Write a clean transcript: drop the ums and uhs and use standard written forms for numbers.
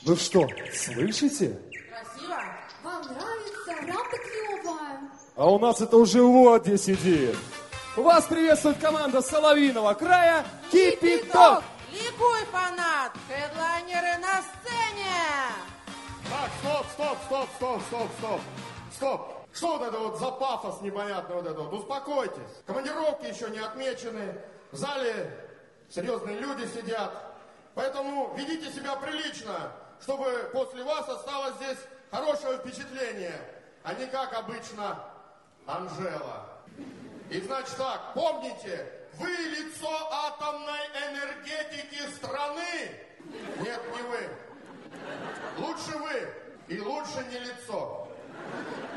Вы что, слышите? Красиво. Вам нравится? Правда клевая? А у нас это уже вот где сидит. Вас приветствует команда Соловьиного края «Кипяток». Любой фанат, хедлайнеры на сцене. Так, стоп. Что вот это вот за пафос непонятный вот это вот? Успокойтесь. Командировки еще не отмечены. В зале серьезные люди сидят. Поэтому ведите себя прилично, чтобы после вас осталось здесь хорошее впечатление, а не как обычно Анжела. И значит так, помните, вы лицо атомной энергетики страны. Нет, не вы. Лучше вы. И лучше не лицо.